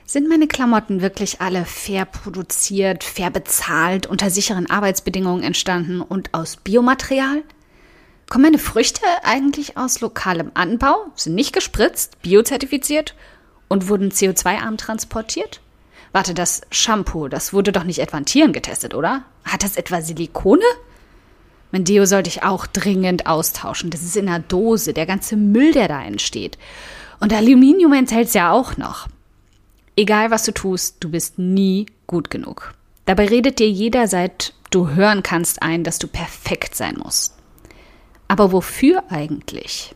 Sind meine Klamotten wirklich alle fair produziert, fair bezahlt, unter sicheren Arbeitsbedingungen entstanden und aus Biomaterial? Kommen meine Früchte eigentlich aus lokalem Anbau, sind nicht gespritzt, biozertifiziert und wurden CO2-arm transportiert? Warte, das Shampoo, das wurde doch nicht etwa an Tieren getestet, oder? Hat das etwa Silikone? Mein Deo sollte ich auch dringend austauschen. Das ist in einer Dose, der ganze Müll, der da entsteht. Und Aluminium enthält es ja auch noch. Egal, was du tust, du bist nie gut genug. Dabei redet dir jeder, seit du hören kannst, ein, dass du perfekt sein musst. Aber wofür eigentlich?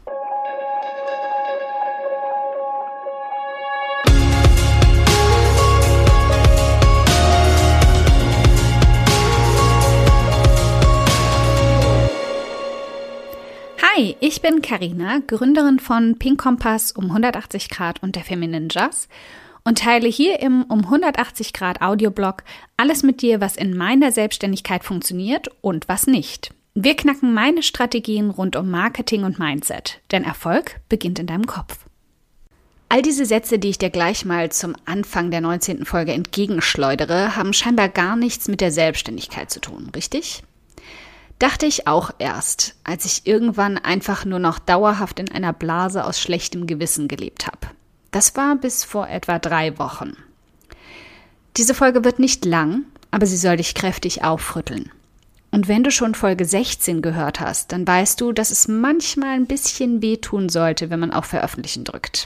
Hi, ich bin Carina, Gründerin von Pink Kompass um 180 Grad und der Feminine Jazz und teile hier im um 180 Grad Audioblog alles mit dir, was in meiner Selbstständigkeit funktioniert und was nicht. Wir knacken meine Strategien rund um Marketing und Mindset, denn Erfolg beginnt in deinem Kopf. All diese Sätze, die ich dir gleich mal zum Anfang der 19. Folge entgegenschleudere, haben scheinbar gar nichts mit der Selbstständigkeit zu tun, richtig? Dachte ich auch erst, als ich irgendwann einfach nur noch dauerhaft in einer Blase aus schlechtem Gewissen gelebt habe. Das war bis vor etwa 3 Wochen. Diese Folge wird nicht lang, aber sie soll dich kräftig aufrütteln. Und wenn du schon Folge 16 gehört hast, dann weißt du, dass es manchmal ein bisschen wehtun sollte, wenn man auf Veröffentlichen drückt.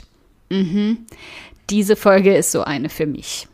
Diese Folge ist so eine für mich.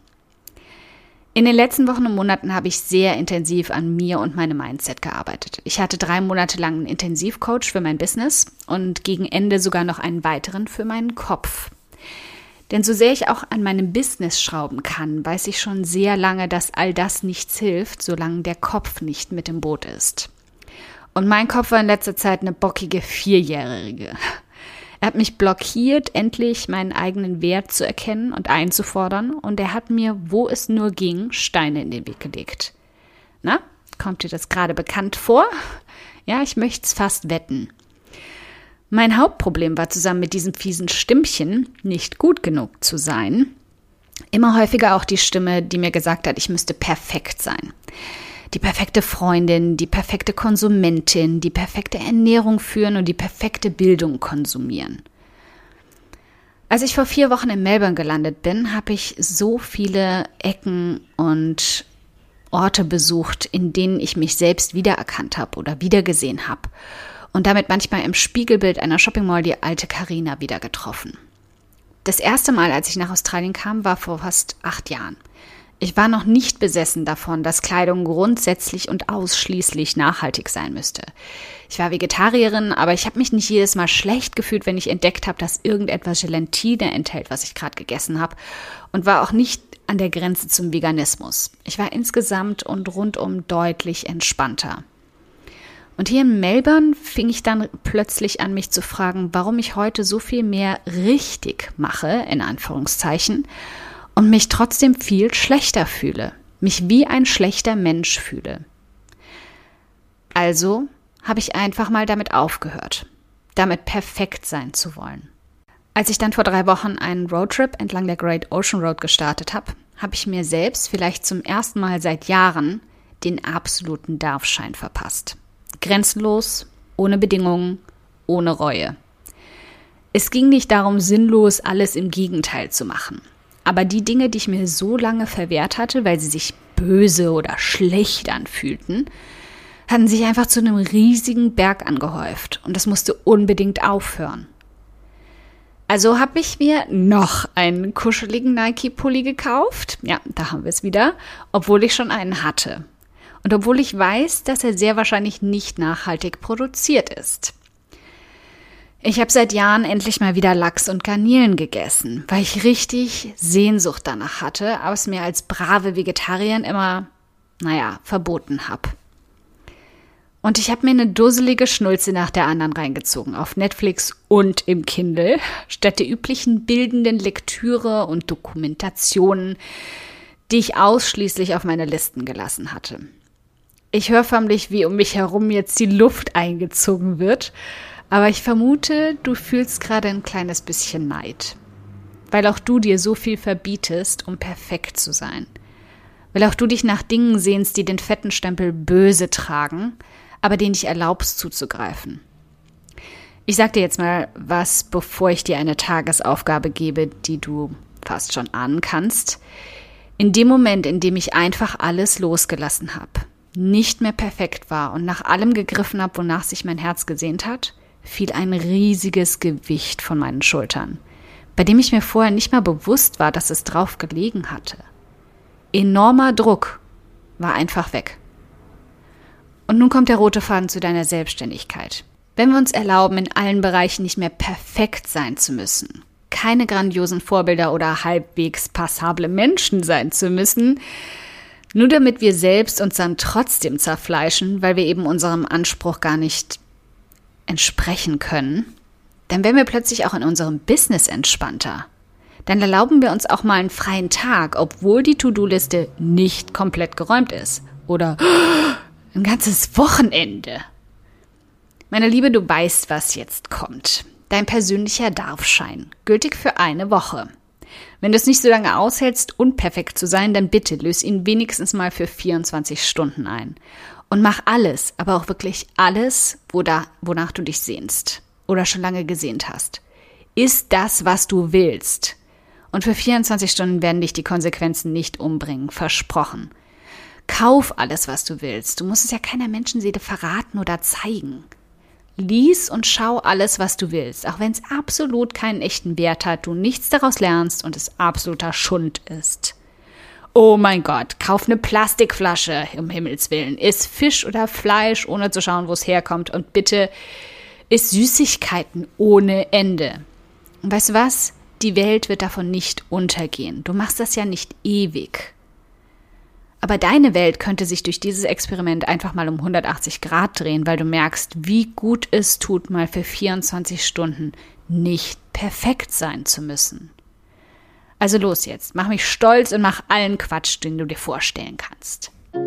In den letzten Wochen und Monaten habe ich sehr intensiv an mir und meinem Mindset gearbeitet. Ich hatte 3 Monate lang einen Intensivcoach für mein Business und gegen Ende sogar noch einen weiteren für meinen Kopf. Denn so sehr ich auch an meinem Business schrauben kann, weiß ich schon sehr lange, dass all das nichts hilft, solange der Kopf nicht mit im Boot ist. Und mein Kopf war in letzter Zeit eine bockige 4-Jährige. Er hat mich blockiert, endlich meinen eigenen Wert zu erkennen und einzufordern, und er hat mir, wo es nur ging, Steine in den Weg gelegt. Na, kommt dir das gerade bekannt vor? Ja, ich möchte es fast wetten. Mein Hauptproblem war, zusammen mit diesem fiesen Stimmchen, nicht gut genug zu sein, immer häufiger auch die Stimme, die mir gesagt hat, ich müsste perfekt sein. Die perfekte Freundin, die perfekte Konsumentin, die perfekte Ernährung führen und die perfekte Bildung konsumieren. Als ich vor 4 Wochen in Melbourne gelandet bin, habe ich so viele Ecken und Orte besucht, in denen ich mich selbst wiedererkannt habe oder wiedergesehen habe. Und damit manchmal im Spiegelbild einer Shoppingmall die alte Carina wieder getroffen. Das erste Mal, als ich nach Australien kam, war vor fast 8 Jahren. Ich war noch nicht besessen davon, dass Kleidung grundsätzlich und ausschließlich nachhaltig sein müsste. Ich war Vegetarierin, aber ich habe mich nicht jedes Mal schlecht gefühlt, wenn ich entdeckt habe, dass irgendetwas Gelatine enthält, was ich gerade gegessen habe, und war auch nicht an der Grenze zum Veganismus. Ich war insgesamt und rundum deutlich entspannter. Und hier in Melbourne fing ich dann plötzlich an, mich zu fragen, warum ich heute so viel mehr richtig mache, in Anführungszeichen, und mich trotzdem viel schlechter fühle, mich wie ein schlechter Mensch fühle. Also habe ich einfach mal damit aufgehört, damit perfekt sein zu wollen. Als ich dann vor 3 Wochen einen Roadtrip entlang der Great Ocean Road gestartet habe, habe ich mir selbst vielleicht zum ersten Mal seit Jahren den absoluten Darfschein verpasst. Grenzenlos, ohne Bedingungen, ohne Reue. Es ging nicht darum, sinnlos alles im Gegenteil zu machen. Aber die Dinge, die ich mir so lange verwehrt hatte, weil sie sich böse oder schlecht anfühlten, hatten sich einfach zu einem riesigen Berg angehäuft. Und das musste unbedingt aufhören. Also habe ich mir noch einen kuscheligen Nike-Pulli gekauft. Ja, da haben wir es wieder, obwohl ich schon einen hatte. Und obwohl ich weiß, dass er sehr wahrscheinlich nicht nachhaltig produziert ist. Ich habe seit Jahren endlich mal wieder Lachs und Garnelen gegessen, weil ich richtig Sehnsucht danach hatte, aber es mir als brave Vegetarierin immer, verboten habe. Und ich habe mir eine dusselige Schnulze nach der anderen reingezogen, auf Netflix und im Kindle, statt der üblichen bildenden Lektüre und Dokumentationen, die ich ausschließlich auf meine Listen gelassen hatte. Ich höre förmlich, wie um mich herum jetzt die Luft eingezogen wird, aber ich vermute, du fühlst gerade ein kleines bisschen Neid. weil auch du dir so viel verbietest, um perfekt zu sein. Weil auch du dich nach Dingen sehnst, die den fetten Stempel böse tragen, aber denen dich erlaubst zuzugreifen. Ich sag dir jetzt mal was, bevor ich dir eine Tagesaufgabe gebe, die du fast schon ahnen kannst. In dem Moment, in dem ich einfach alles losgelassen habe, nicht mehr perfekt war und nach allem gegriffen habe, wonach sich mein Herz gesehnt hat, fiel ein riesiges Gewicht von meinen Schultern, bei dem ich mir vorher nicht mal bewusst war, dass es drauf gelegen hatte. Enormer Druck war einfach weg. Und nun kommt der rote Faden zu deiner Selbstständigkeit. Wenn wir uns erlauben, in allen Bereichen nicht mehr perfekt sein zu müssen, keine grandiosen Vorbilder oder halbwegs passable Menschen sein zu müssen, nur damit wir selbst uns dann trotzdem zerfleischen, weil wir eben unserem Anspruch gar nicht entsprechen können, dann werden wir plötzlich auch in unserem Business entspannter. Dann erlauben wir uns auch mal einen freien Tag, obwohl die To-Do-Liste nicht komplett geräumt ist. Oder ein ganzes Wochenende. Meine Liebe, du weißt, was jetzt kommt. Dein persönlicher Darfschein, gültig für eine Woche. Wenn du es nicht so lange aushältst, unperfekt zu sein, dann bitte löse ihn wenigstens mal für 24 Stunden ein. Und mach alles, aber auch wirklich alles, wonach du dich sehnst oder schon lange gesehnt hast. Ist das, was du willst. Und für 24 Stunden werden dich die Konsequenzen nicht umbringen, versprochen. Kauf alles, was du willst. Du musst es ja keiner Menschenseele verraten oder zeigen. Lies und schau alles, was du willst, auch wenn es absolut keinen echten Wert hat, du nichts daraus lernst und es absoluter Schund ist. Oh mein Gott, kauf eine Plastikflasche, um Himmels Willen. Iss Fisch oder Fleisch, ohne zu schauen, wo es herkommt. Und bitte iss Süßigkeiten ohne Ende. Und weißt du was? Die Welt wird davon nicht untergehen. Du machst das ja nicht ewig. Aber deine Welt könnte sich durch dieses Experiment einfach mal um 180 Grad drehen, weil du merkst, wie gut es tut, mal für 24 Stunden nicht perfekt sein zu müssen. Also los jetzt, mach mich stolz und mach allen Quatsch, den du dir vorstellen kannst.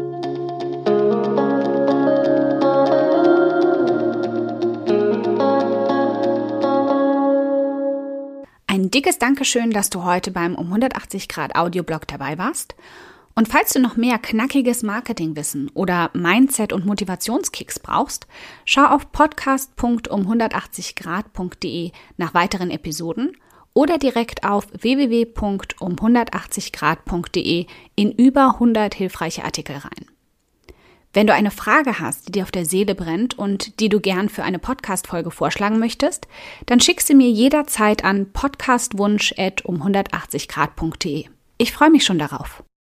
Ein dickes Dankeschön, dass du heute beim um 180 Grad Audioblog dabei warst. Und falls du noch mehr knackiges Marketingwissen oder Mindset- und Motivationskicks brauchst, schau auf podcast.um180grad.de nach weiteren Episoden oder direkt auf www.um180grad.de in über 100 hilfreiche Artikel rein. Wenn du eine Frage hast, die dir auf der Seele brennt und die du gern für eine Podcast-Folge vorschlagen möchtest, dann schick sie mir jederzeit an podcastwunsch@um180grad.de. Ich freue mich schon darauf.